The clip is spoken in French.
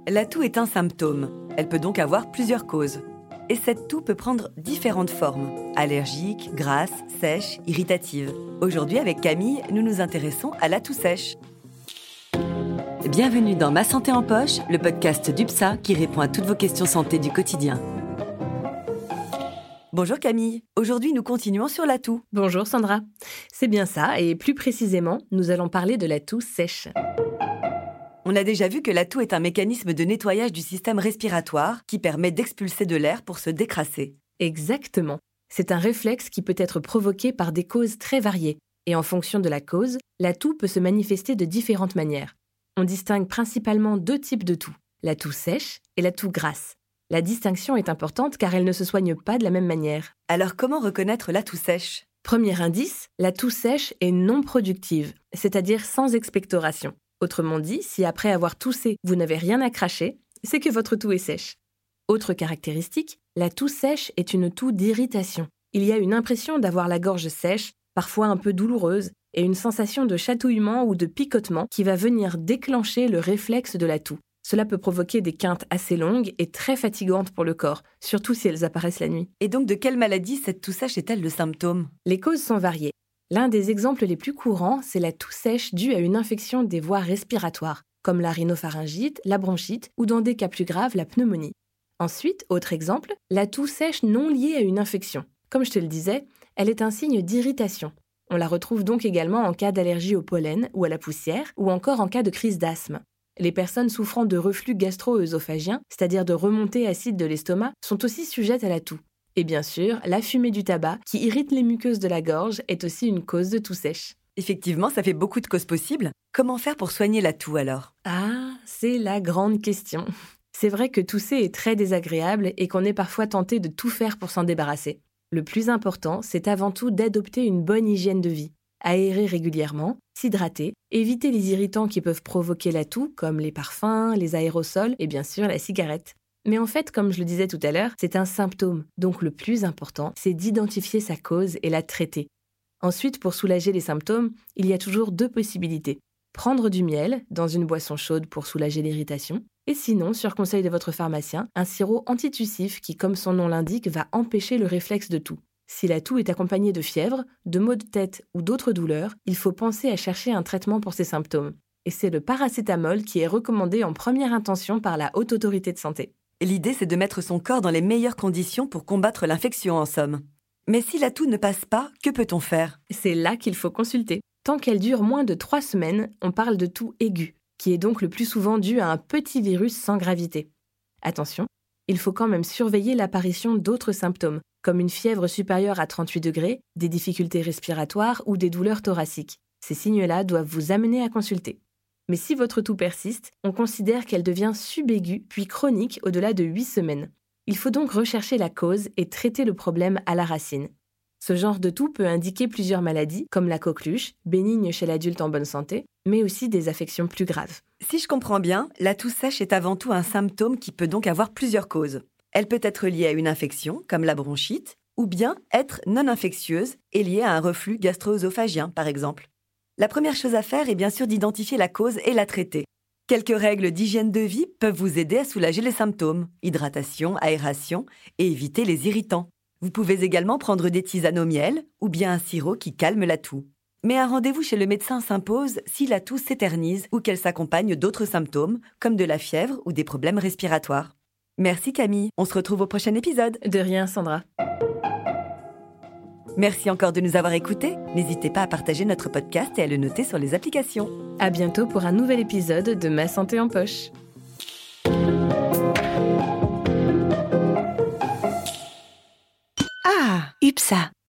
La toux est un symptôme. Elle peut donc avoir plusieurs causes. Et cette toux peut prendre différentes formes. Allergique, grasse, sèche, irritative. Aujourd'hui, avec Camille, nous nous intéressons à la toux sèche. Bienvenue dans Ma Santé en Poche, le podcast d'UPSA qui répond à toutes vos questions santé du quotidien. Bonjour Camille, aujourd'hui nous continuons sur la toux. Bonjour Sandra, c'est bien ça, et plus précisément, nous allons parler de la toux sèche. On a déjà vu que la toux est un mécanisme de nettoyage du système respiratoire qui permet d'expulser de l'air pour se décrasser. Exactement. C'est un réflexe qui peut être provoqué par des causes très variées. Et en fonction de la cause, la toux peut se manifester de différentes manières. On distingue principalement deux types de toux, la toux sèche et la toux grasse. La distinction est importante car elle ne se soigne pas de la même manière. Alors comment reconnaître la toux sèche ? Premier indice, la toux sèche est non productive, c'est-à-dire sans expectoration. Autrement dit, si après avoir toussé, vous n'avez rien à cracher, c'est que votre toux est sèche. Autre caractéristique, la toux sèche est une toux d'irritation. Il y a une impression d'avoir la gorge sèche, parfois un peu douloureuse, et une sensation de chatouillement ou de picotement qui va venir déclencher le réflexe de la toux. Cela peut provoquer des quintes assez longues et très fatigantes pour le corps, surtout si elles apparaissent la nuit. Et donc de quelle maladie cette toux sèche est-elle le symptôme ? Les causes sont variées. L'un des exemples les plus courants, c'est la toux sèche due à une infection des voies respiratoires, comme la rhinopharyngite, la bronchite ou dans des cas plus graves, la pneumonie. Ensuite, autre exemple, la toux sèche non liée à une infection. Comme je te le disais, elle est un signe d'irritation. On la retrouve donc également en cas d'allergie au pollen ou à la poussière, ou encore en cas de crise d'asthme. Les personnes souffrant de reflux gastro-œsophagien, c'est-à-dire de remontée acide de l'estomac, sont aussi sujettes à la toux. Et bien sûr, la fumée du tabac, qui irrite les muqueuses de la gorge, est aussi une cause de toux sèche. Effectivement, ça fait beaucoup de causes possibles. Comment faire pour soigner la toux alors ? Ah, c'est la grande question. C'est vrai que tousser est très désagréable et qu'on est parfois tenté de tout faire pour s'en débarrasser. Le plus important, c'est avant tout d'adopter une bonne hygiène de vie. Aérer régulièrement, s'hydrater, éviter les irritants qui peuvent provoquer la toux, comme les parfums, les aérosols et bien sûr la cigarette. Mais en fait, comme je le disais tout à l'heure, c'est un symptôme. Donc le plus important, c'est d'identifier sa cause et la traiter. Ensuite, pour soulager les symptômes, il y a toujours deux possibilités. Prendre du miel dans une boisson chaude pour soulager l'irritation. Et sinon, sur conseil de votre pharmacien, un sirop antitussif qui, comme son nom l'indique, va empêcher le réflexe de toux. Si la toux est accompagnée de fièvre, de maux de tête ou d'autres douleurs, il faut penser à chercher un traitement pour ces symptômes. Et c'est le paracétamol qui est recommandé en première intention par la Haute Autorité de Santé. L'idée, c'est de mettre son corps dans les meilleures conditions pour combattre l'infection en somme. Mais si la toux ne passe pas, que peut-on faire ? C'est là qu'il faut consulter. Tant qu'elle dure moins de 3 semaines, on parle de toux aiguë, qui est donc le plus souvent due à un petit virus sans gravité. Attention, il faut quand même surveiller l'apparition d'autres symptômes, comme une fièvre supérieure à 38 degrés, des difficultés respiratoires ou des douleurs thoraciques. Ces signes-là doivent vous amener à consulter. Mais si votre toux persiste, on considère qu'elle devient subaiguë puis chronique au-delà de 8 semaines. Il faut donc rechercher la cause et traiter le problème à la racine. Ce genre de toux peut indiquer plusieurs maladies, comme la coqueluche, bénigne chez l'adulte en bonne santé, mais aussi des affections plus graves. Si je comprends bien, la toux sèche est avant tout un symptôme qui peut donc avoir plusieurs causes. Elle peut être liée à une infection, comme la bronchite, ou bien être non infectieuse et liée à un reflux gastro-œsophagien, par exemple. La première chose à faire est bien sûr d'identifier la cause et la traiter. Quelques règles d'hygiène de vie peuvent vous aider à soulager les symptômes, hydratation, aération et éviter les irritants. Vous pouvez également prendre des tisanes au miel ou bien un sirop qui calme la toux. Mais un rendez-vous chez le médecin s'impose si la toux s'éternise ou qu'elle s'accompagne d'autres symptômes, comme de la fièvre ou des problèmes respiratoires. Merci Camille, on se retrouve au prochain épisode. De rien, Sandra. Merci encore de nous avoir écoutés. N'hésitez pas à partager notre podcast et à le noter sur les applications. À bientôt pour un nouvel épisode de Ma Santé en Poche. Ah, UPSA.